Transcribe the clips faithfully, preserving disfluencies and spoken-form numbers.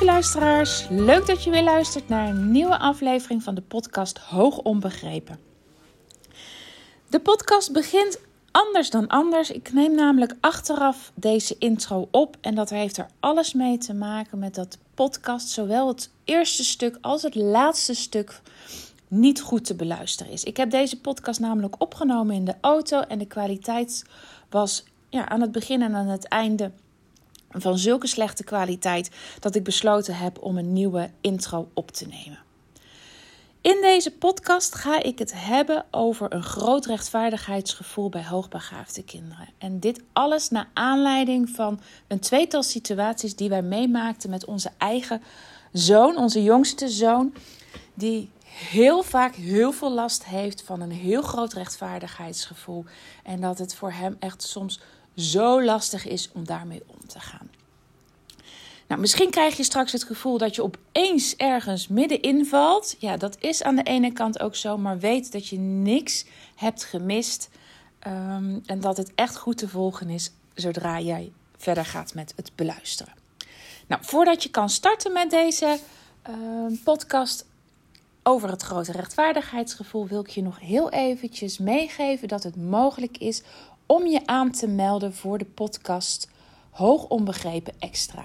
lieve luisteraars, leuk dat je weer luistert naar een nieuwe aflevering van de podcast Hoog Onbegrepen. De podcast begint anders dan anders. Ik neem namelijk achteraf deze intro op en dat heeft er alles mee te maken met dat de podcast, zowel het eerste stuk als het laatste stuk, niet goed te beluisteren is. Ik heb deze podcast namelijk opgenomen in de auto en de kwaliteit was ja, aan het begin en aan het einde van zulke slechte kwaliteit dat ik besloten heb om een nieuwe intro op te nemen. In deze podcast ga ik het hebben over een groot rechtvaardigheidsgevoel bij hoogbegaafde kinderen. En dit alles naar aanleiding van een tweetal situaties die wij meemaakten met onze eigen zoon, onze jongste zoon, die heel vaak heel veel last heeft van een heel groot rechtvaardigheidsgevoel. En dat het voor hem echt soms zo lastig is om daarmee om te gaan. Nou, misschien krijg je straks het gevoel dat je opeens ergens middenin valt. Ja, dat is aan de ene kant ook zo, maar weet dat je niks hebt gemist. Um, en dat het echt goed te volgen is zodra jij verder gaat met het beluisteren. Nou, voordat je kan starten met deze uh, podcast over het grote rechtvaardigheidsgevoel, wil ik je nog heel eventjes meegeven dat het mogelijk is om je aan te melden voor de podcast Hoog Onbegrepen Extra.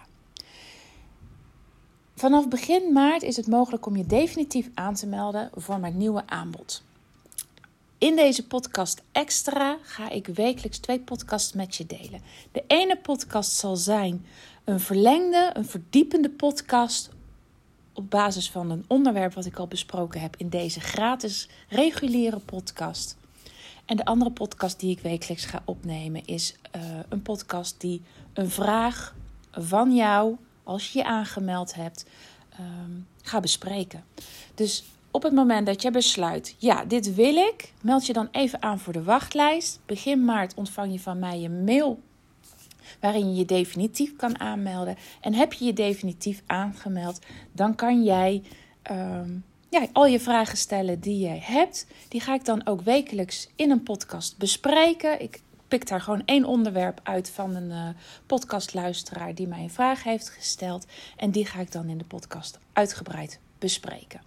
Vanaf begin maart is het mogelijk om je definitief aan te melden voor mijn nieuwe aanbod. In deze podcast Extra ga ik wekelijks twee podcasts met je delen. De ene podcast zal zijn een verlengde, een verdiepende podcast op basis van een onderwerp wat ik al besproken heb in deze gratis reguliere podcast. En de andere podcast die ik wekelijks ga opnemen is uh, een podcast die een vraag van jou, als je je aangemeld hebt, um, ga bespreken. Dus op het moment dat je besluit, ja, dit wil ik, meld je dan even aan voor de wachtlijst. Begin maart ontvang je van mij een mail waarin je je definitief kan aanmelden. En heb je je definitief aangemeld, dan kan jij Um, Ja, al je vragen stellen die jij hebt, die ga ik dan ook wekelijks in een podcast bespreken. Ik pik daar gewoon één onderwerp uit van een uh, podcastluisteraar die mij een vraag heeft gesteld. En die ga ik dan in de podcast uitgebreid bespreken.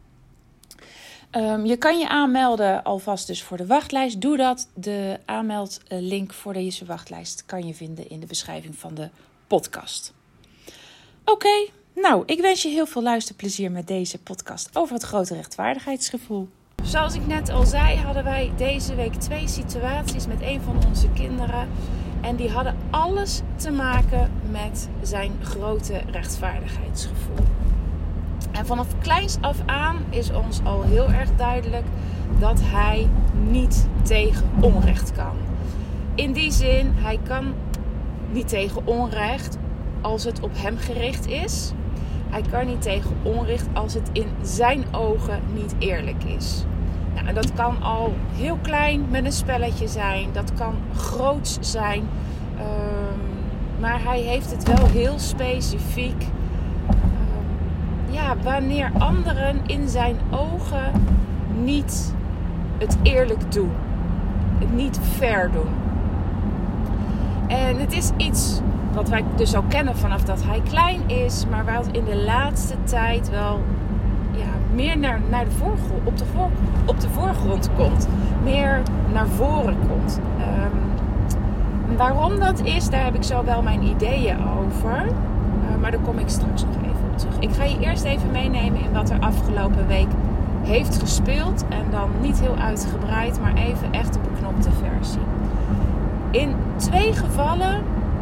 Um, je kan je aanmelden alvast dus voor de wachtlijst. Doe dat. De aanmeldlink voor deze wachtlijst kan je vinden in de beschrijving van de podcast. Oké. Okay. Nou, ik wens je heel veel luisterplezier met deze podcast over het grote rechtvaardigheidsgevoel. Zoals ik net al zei, hadden wij deze week twee situaties met een van onze kinderen. En die hadden alles te maken met zijn grote rechtvaardigheidsgevoel. En vanaf kleins af aan is ons al heel erg duidelijk dat hij niet tegen onrecht kan. In die zin, hij kan niet tegen onrecht als het op hem gericht is. Hij kan niet tegen onrecht als het in zijn ogen niet eerlijk is. Nou, en dat kan al heel klein met een spelletje zijn. Dat kan groots zijn. Um, maar hij heeft het wel heel specifiek. Um, ja, wanneer anderen in zijn ogen niet het eerlijk doen. Het niet fair doen. En het is iets wat wij dus al kennen vanaf dat hij klein is. Maar wat in de laatste tijd wel ja, meer naar, naar de voorgrond, op, de voor, op de voorgrond komt. Meer naar voren komt. Um, waarom dat is, daar heb ik zo wel mijn ideeën over. Uh, maar daar kom ik straks nog even op terug. Ik ga je eerst even meenemen in wat er afgelopen week heeft gespeeld. En dan niet heel uitgebreid, maar even echt een beknopte versie. In twee gevallen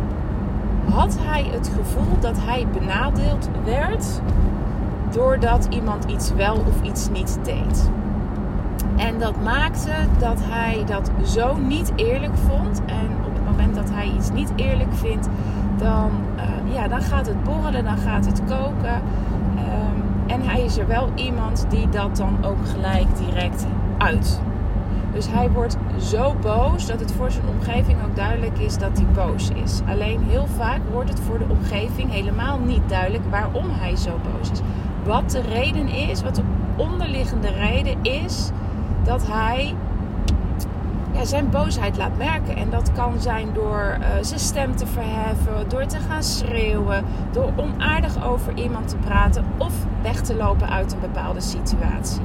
had hij het gevoel dat hij benadeeld werd doordat iemand iets wel of iets niet deed. En dat maakte dat hij dat zo niet eerlijk vond. En op het moment dat hij iets niet eerlijk vindt, dan, uh, ja, dan gaat het borrelen, dan gaat het koken. Um, en hij is er wel iemand die dat dan ook gelijk direct uit. Dus hij wordt zo boos dat het voor zijn omgeving ook duidelijk is dat hij boos is. Alleen heel vaak wordt het voor de omgeving helemaal niet duidelijk waarom hij zo boos is. Wat de reden is, wat de onderliggende reden is dat hij ja, zijn boosheid laat merken. En dat kan zijn door uh, zijn stem te verheffen, door te gaan schreeuwen, door onaardig over iemand te praten of weg te lopen uit een bepaalde situatie.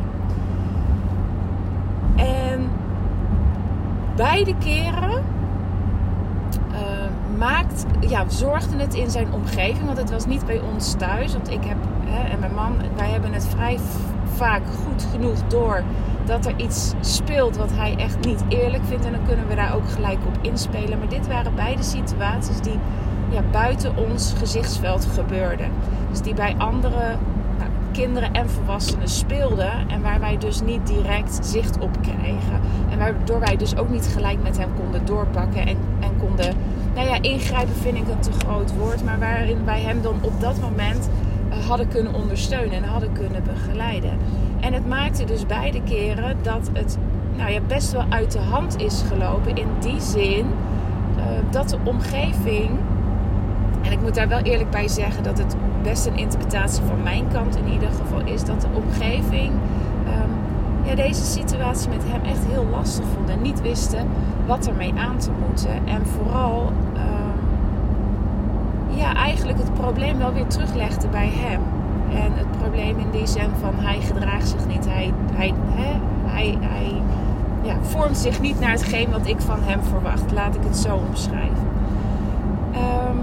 En beide keren uh, maakt, ja, zorgde het in zijn omgeving, want het was niet bij ons thuis. Want ik heb, hè, en mijn man, wij hebben het vrij vaak goed genoeg door dat er iets speelt wat hij echt niet eerlijk vindt. En dan kunnen we daar ook gelijk op inspelen. Maar dit waren beide situaties die ja, buiten ons gezichtsveld gebeurden. Dus die bij andere nou, kinderen en volwassenen speelden. En waar wij dus niet direct zicht op kregen. En waardoor wij dus ook niet gelijk met hem konden doorpakken. En, en konden, nou ja, ingrijpen vind ik een te groot woord. Maar waarin wij hem dan op dat moment uh, hadden kunnen ondersteunen en hadden kunnen begeleiden. En het maakte dus beide keren dat het nou ja, best wel uit de hand is gelopen. In die zin uh, dat de omgeving... En ik moet daar wel eerlijk bij zeggen dat het best een interpretatie van mijn kant in ieder geval is. Dat de omgeving um, ja, deze situatie met hem echt heel lastig vond. En niet wisten wat ermee aan te moeten. En vooral um, ja, eigenlijk het probleem wel weer teruglegde bij hem. En het probleem in die zin van hij gedraagt zich niet. Hij, hij, hè, hij, hij ja, vormt zich niet naar hetgeen wat ik van hem verwacht. Laat ik het zo omschrijven. Um,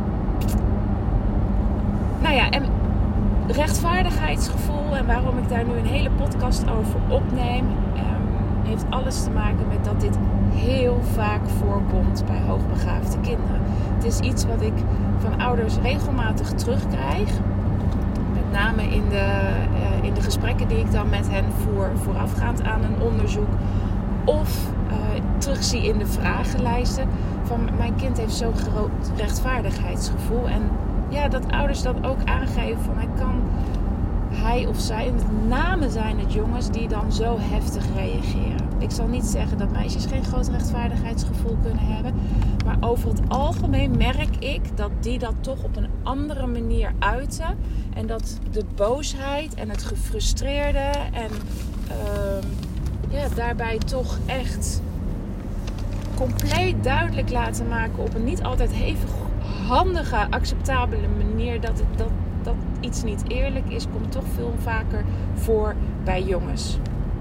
nou ja, en rechtvaardigheidsgevoel en waarom ik daar nu een hele podcast over opneem, um, heeft alles te maken met dat dit heel vaak voorkomt bij hoogbegaafde kinderen. Het is iets wat ik van ouders regelmatig terugkrijg. Met name in de, uh, in de gesprekken die ik dan met hen voer voorafgaand aan een onderzoek. Of uh, terugzie in de vragenlijsten van mijn kind heeft zo'n groot rechtvaardigheidsgevoel. En ja, dat ouders dan ook aangeven van hij kan, hij of zij, en met name zijn het jongens die dan zo heftig reageren. Ik zal niet zeggen dat meisjes geen groot rechtvaardigheidsgevoel kunnen hebben. Maar over het algemeen merk ik dat die dat toch op een andere manier uiten. En dat de boosheid en het gefrustreerde en uh, ja, daarbij toch echt compleet duidelijk laten maken op een niet altijd hevig handige, acceptabele manier dat, het, dat, dat iets niet eerlijk is, komt toch veel vaker voor bij jongens.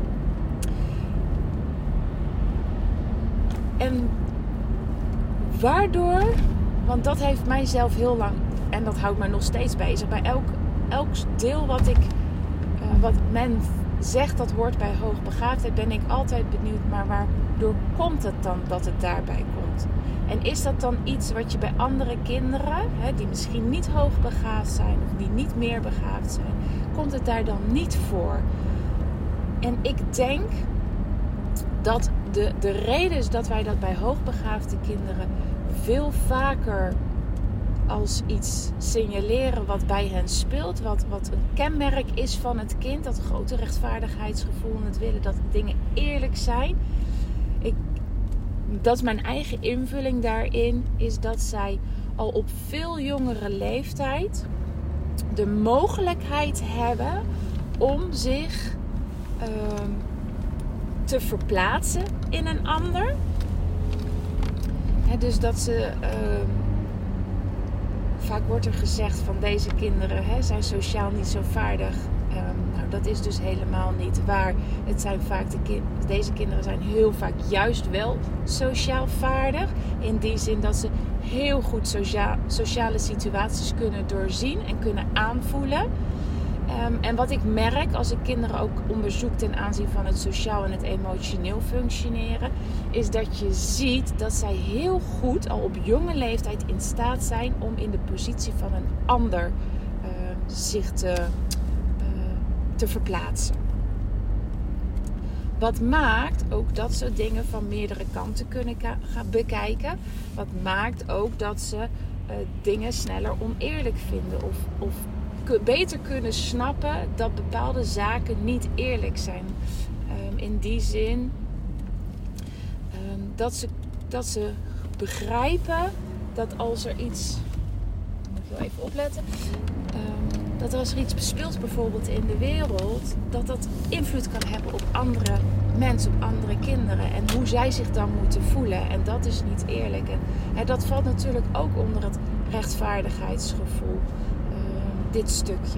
En waardoor, want dat heeft mij zelf heel lang, en dat houdt mij nog steeds bezig, bij elk, elk deel wat ik, uh, wat men zegt dat hoort bij hoogbegaafdheid, ben ik altijd benieuwd, maar waardoor komt het dan dat het daarbij komt? En is dat dan iets wat je bij andere kinderen, hè, die misschien niet hoogbegaafd zijn of die niet meer begaafd zijn, komt het daar dan niet voor? En ik denk dat de, de reden is dat wij dat bij hoogbegaafde kinderen veel vaker als iets signaleren wat bij hen speelt, wat, wat een kenmerk is van het kind, dat grote rechtvaardigheidsgevoel en het willen dat dingen eerlijk zijn. Ik Dat is mijn eigen invulling daarin, is dat zij al op veel jongere leeftijd de mogelijkheid hebben om zich uh, te verplaatsen in een ander. He, dus dat ze, uh, vaak wordt er gezegd van deze kinderen he, zijn sociaal niet zo vaardig. Um, nou, dat is dus helemaal niet waar. Het zijn vaak de ki- deze kinderen zijn heel vaak juist wel sociaal vaardig. In die zin dat ze heel goed socia- sociale situaties kunnen doorzien en kunnen aanvoelen. Um, en wat ik merk als ik kinderen ook onderzoek ten aanzien van het sociaal en het emotioneel functioneren, is dat je ziet dat zij heel goed al op jonge leeftijd in staat zijn om in de positie van een ander uh, zich te... te verplaatsen. Wat maakt ook dat ze dingen van meerdere kanten kunnen ka- gaan bekijken. Wat maakt ook dat ze uh, dingen sneller oneerlijk vinden. Of, of k- beter kunnen snappen dat bepaalde zaken niet eerlijk zijn. Um, in die zin um, dat, ze, dat ze begrijpen dat als er iets... Moet ik wel even opletten... Um, dat als er iets speelt bijvoorbeeld in de wereld, dat dat invloed kan hebben op andere mens op andere kinderen en hoe zij zich dan moeten voelen. En dat is niet eerlijk. En hè, dat valt natuurlijk ook onder het rechtvaardigheidsgevoel, uh, dit stukje.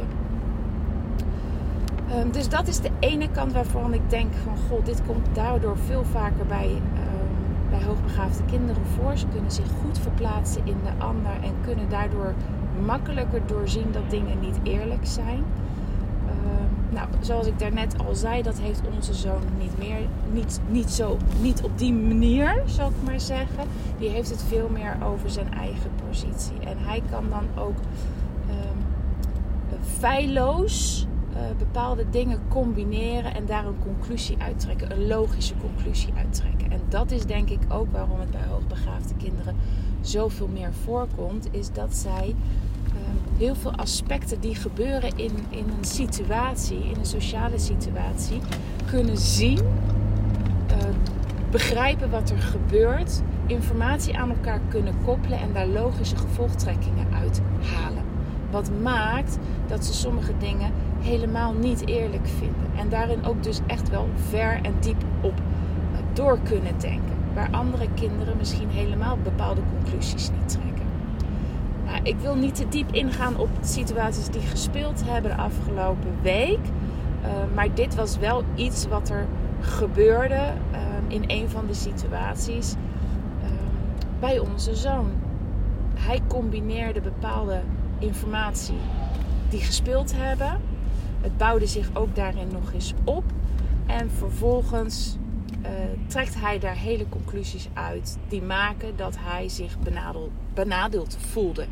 Um, dus dat is de ene kant waarvan ik denk van, goh, dit komt daardoor veel vaker bij, um, bij hoogbegaafde kinderen voor. Ze kunnen zich goed verplaatsen in de ander en kunnen daardoor makkelijker doorzien dat dingen niet eerlijk zijn. Um, nou, zoals ik daarnet al zei, dat heeft onze zoon niet meer, niet, niet, zo, niet op die manier, zal ik maar zeggen. Die heeft het veel meer over zijn eigen positie. En hij kan dan ook um, feilloos uh, bepaalde dingen combineren en daar een conclusie uittrekken, een logische conclusie uittrekken. En dat is denk ik ook waarom het bij hoogbegaafde kinderen zoveel meer voorkomt, is dat zij heel veel aspecten die gebeuren in, in een situatie, in een sociale situatie, kunnen zien, uh, begrijpen wat er gebeurt, informatie aan elkaar kunnen koppelen en daar logische gevolgtrekkingen uit halen. Wat maakt dat ze sommige dingen helemaal niet eerlijk vinden. En daarin ook dus echt wel ver en diep op uh, door kunnen denken. Waar andere kinderen misschien helemaal bepaalde conclusies niet trekken. Nou, ik wil niet te diep ingaan op situaties die gespeeld hebben de afgelopen week. Uh, maar dit was wel iets wat er gebeurde uh, in een van de situaties uh, bij onze zoon. Hij combineerde bepaalde informatie die gespeeld hebben. Het bouwde zich ook daarin nog eens op. En vervolgens uh, trekt hij daar hele conclusies uit die maken dat hij zich benadeeld, benadeeld voelde.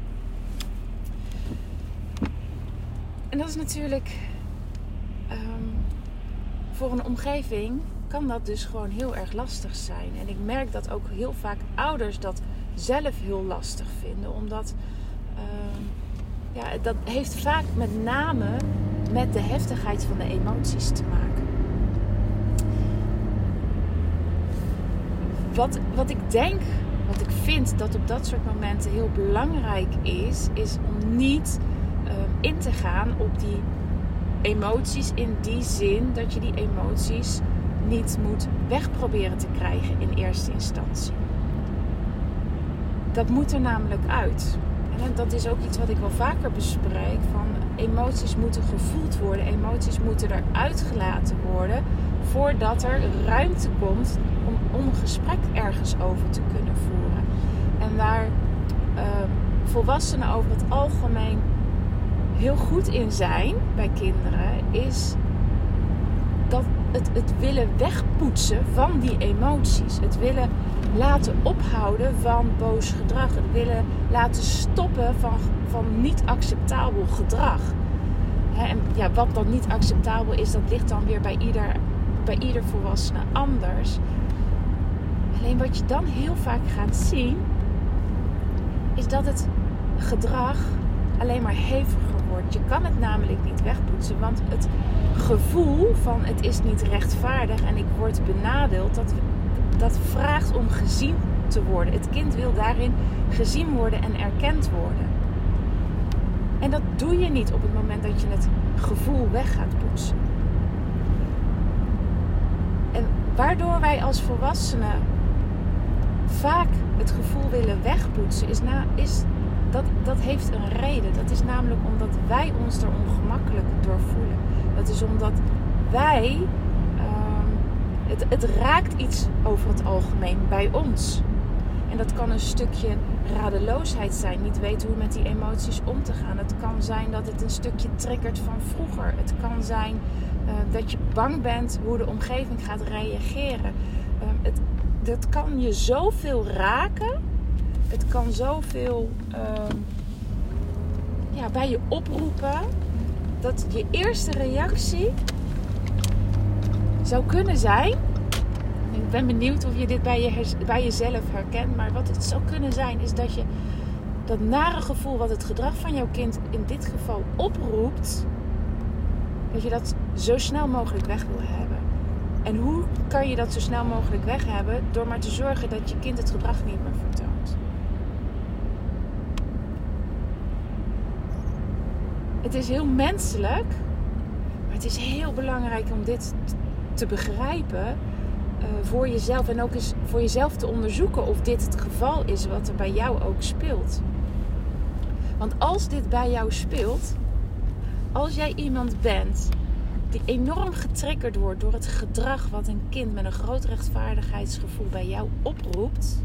En dat is natuurlijk um, voor een omgeving kan dat dus gewoon heel erg lastig zijn. En ik merk dat ook heel vaak ouders dat zelf heel lastig vinden. Omdat um, ja, dat heeft vaak met name met de heftigheid van de emoties te maken. Wat, wat ik denk, wat ik vind dat op dat soort momenten heel belangrijk is, is om niet uh, in te gaan op die emoties in die zin dat je die emoties niet moet wegproberen te krijgen in eerste instantie. Dat moet er namelijk uit. En dat is ook iets wat ik wel vaker bespreek. Van emoties moeten gevoeld worden. Emoties moeten eruit gelaten worden. Voordat er ruimte komt om, om een gesprek ergens over te kunnen voeren. En waar uh, volwassenen over het algemeen heel goed in zijn bij kinderen, is dat het, het willen wegpoetsen van die emoties. Het willen laten ophouden van boos gedrag. Het willen laten stoppen van, van niet acceptabel gedrag. He, en ja, wat dan niet acceptabel is, dat ligt dan weer bij ieder, bij ieder volwassene anders. Alleen wat je dan heel vaak gaat zien, is dat het gedrag alleen maar heviger wordt. Je kan het namelijk niet wegpoetsen, want het gevoel van het is niet rechtvaardig en ik word benadeeld, dat, dat vraagt om gezien te worden. Het kind wil daarin gezien worden en erkend worden. En dat doe je niet op het moment dat je het gevoel weg gaat poetsen. En waardoor wij als volwassenen vaak het gevoel willen wegpoetsen, is, na, is dat, dat heeft een reden. Dat is namelijk omdat wij ons er ongemakkelijk door voelen. Dat is omdat wij, um, het, het raakt iets over het algemeen bij ons. En dat kan een stukje radeloosheid zijn, niet weten hoe met die emoties om te gaan. Het kan zijn dat het een stukje triggert van vroeger. Het kan zijn uh, dat je bang bent hoe de omgeving gaat reageren. Uh, het, dat kan je zoveel raken. Het kan zoveel uh, ja, bij je oproepen, dat je eerste reactie zou kunnen zijn. Ik ben benieuwd of je dit bij, je, bij jezelf herkent. Maar wat het zou kunnen zijn, is dat je dat nare gevoel wat het gedrag van jouw kind in dit geval oproept, dat je dat zo snel mogelijk weg wil hebben. En hoe kan je dat zo snel mogelijk weg hebben? Door maar te zorgen dat je kind het gedrag niet meer vertoont. Het is heel menselijk, maar het is heel belangrijk om dit te begrijpen uh, voor jezelf. En ook eens voor jezelf te onderzoeken of dit het geval is wat er bij jou ook speelt. Want als dit bij jou speelt, als jij iemand bent die enorm getriggerd wordt door het gedrag wat een kind met een groot rechtvaardigheidsgevoel bij jou oproept,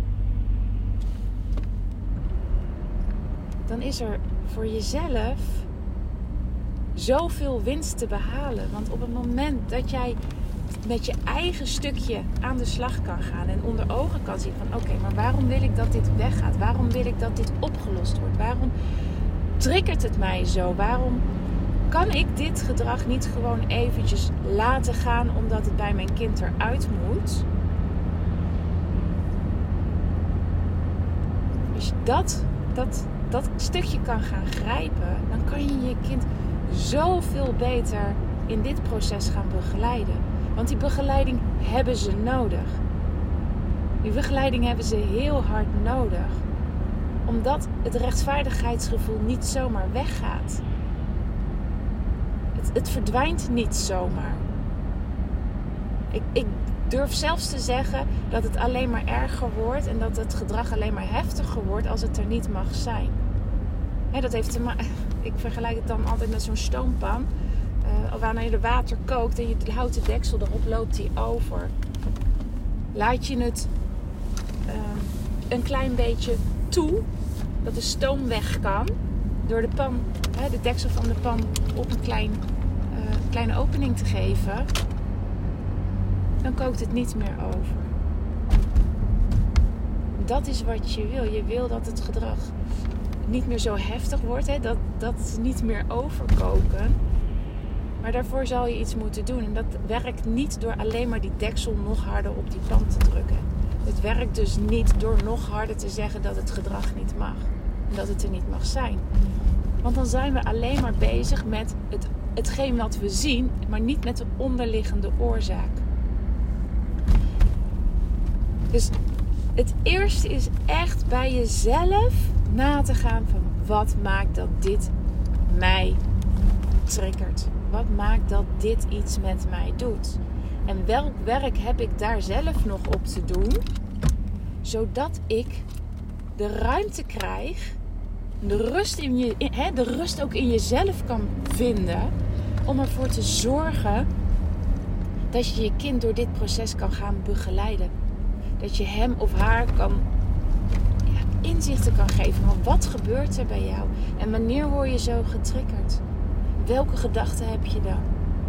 dan is er voor jezelf zoveel winst te behalen. Want op het moment dat jij met je eigen stukje aan de slag kan gaan en onder ogen kan zien van oké, okay, maar waarom wil ik dat dit weggaat? Waarom wil ik dat dit opgelost wordt? Waarom triggert het mij zo? Waarom kan ik dit gedrag niet gewoon eventjes laten gaan omdat het bij mijn kind eruit moet? Als je dat, dat, dat stukje kan gaan grijpen, dan kan je je kind zoveel beter in dit proces gaan begeleiden. Want die begeleiding hebben ze nodig. Die begeleiding hebben ze heel hard nodig. Omdat het rechtvaardigheidsgevoel niet zomaar weggaat. Het, het verdwijnt niet zomaar. Ik, ik durf zelfs te zeggen dat het alleen maar erger wordt en dat het gedrag alleen maar heftiger wordt als het er niet mag zijn. He, dat heeft te ma- ik vergelijk het dan altijd met zo'n stoompan. Uh, wanneer je water kookt en je houdt de deksel erop, loopt die over. Laat je het uh, een klein beetje toe dat de stoom weg kan door de pan, hè, de deksel van de pan op een klein, uh, kleine opening te geven, dan kookt het niet meer over. Dat is wat je wil. Je wil dat het gedrag niet meer zo heftig wordt, hè, dat, dat ze niet meer overkoken. Maar daarvoor zal je iets moeten doen. En dat werkt niet door alleen maar die deksel nog harder op die pan te drukken. Het werkt dus niet door nog harder te zeggen dat het gedrag niet mag. En dat het er niet mag zijn. Want dan zijn we alleen maar bezig met het, hetgeen wat we zien, maar niet met de onderliggende oorzaak. Dus het eerste is echt bij jezelf na te gaan van wat maakt dat dit mij triggert. Wat maakt dat dit iets met mij doet? En welk werk heb ik daar zelf nog op te doen? Zodat ik de ruimte krijg, de rust, in je, hè, de rust ook in jezelf kan vinden, om ervoor te zorgen dat je je kind door dit proces kan gaan begeleiden. Dat je hem of haar kan, ja, inzichten kan geven van wat gebeurt er bij jou? En wanneer word je zo getriggerd? Welke gedachten heb je dan?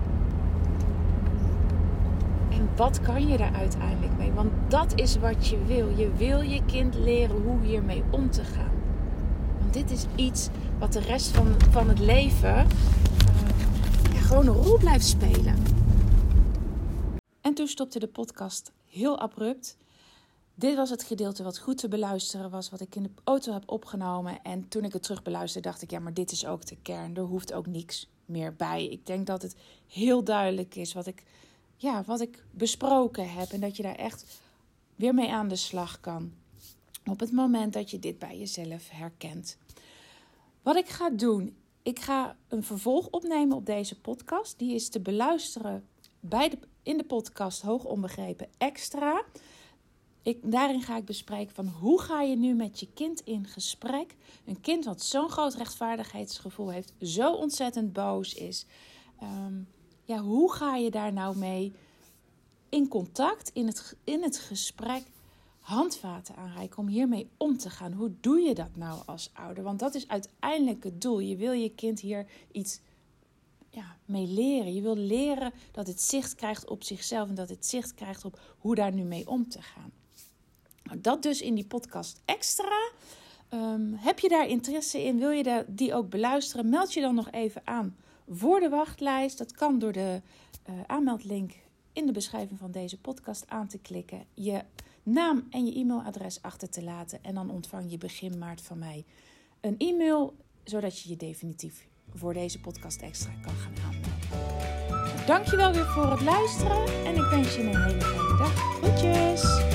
En wat kan je daar uiteindelijk mee? Want dat is wat je wil. Je wil je kind leren hoe hiermee om te gaan. Want dit is iets wat de rest van, van het leven uh, ja, gewoon een rol blijft spelen. En toen stopte de podcast heel abrupt. Dit was het gedeelte wat goed te beluisteren was, wat ik in de auto heb opgenomen. En toen ik het terug beluisterde, dacht ik, ja, maar dit is ook de kern. Er hoeft ook niks meer bij. Ik denk dat het heel duidelijk is wat ik, ja, wat ik besproken heb. En dat je daar echt weer mee aan de slag kan. Op het moment dat je dit bij jezelf herkent. Wat ik ga doen, ik ga een vervolg opnemen op deze podcast. Die is te beluisteren bij de, in de podcast Hoog Onbegrepen Extra. Ik, daarin ga ik bespreken van hoe ga je nu met je kind in gesprek. Een kind wat zo'n groot rechtvaardigheidsgevoel heeft, zo ontzettend boos is. Um, ja, hoe ga je daar nou mee in contact, in het, in het gesprek, handvaten aanreiken om hiermee om te gaan? Hoe doe je dat nou als ouder? Want dat is uiteindelijk het doel. Je wil je kind hier iets ja, mee leren. Je wil leren dat het zicht krijgt op zichzelf en dat het zicht krijgt op hoe daar nu mee om te gaan. Dat dus in die podcast extra. Um, heb je daar interesse in? Wil je die ook beluisteren? Meld je dan nog even aan voor de wachtlijst. Dat kan door de uh, aanmeldlink in de beschrijving van deze podcast aan te klikken. Je naam en je e-mailadres achter te laten. En dan ontvang je begin maart van mij een e-mail. Zodat je je definitief voor deze podcast extra kan gaan aanmelden. Dankjewel weer voor het luisteren. En ik wens je een hele fijne dag. Groetjes!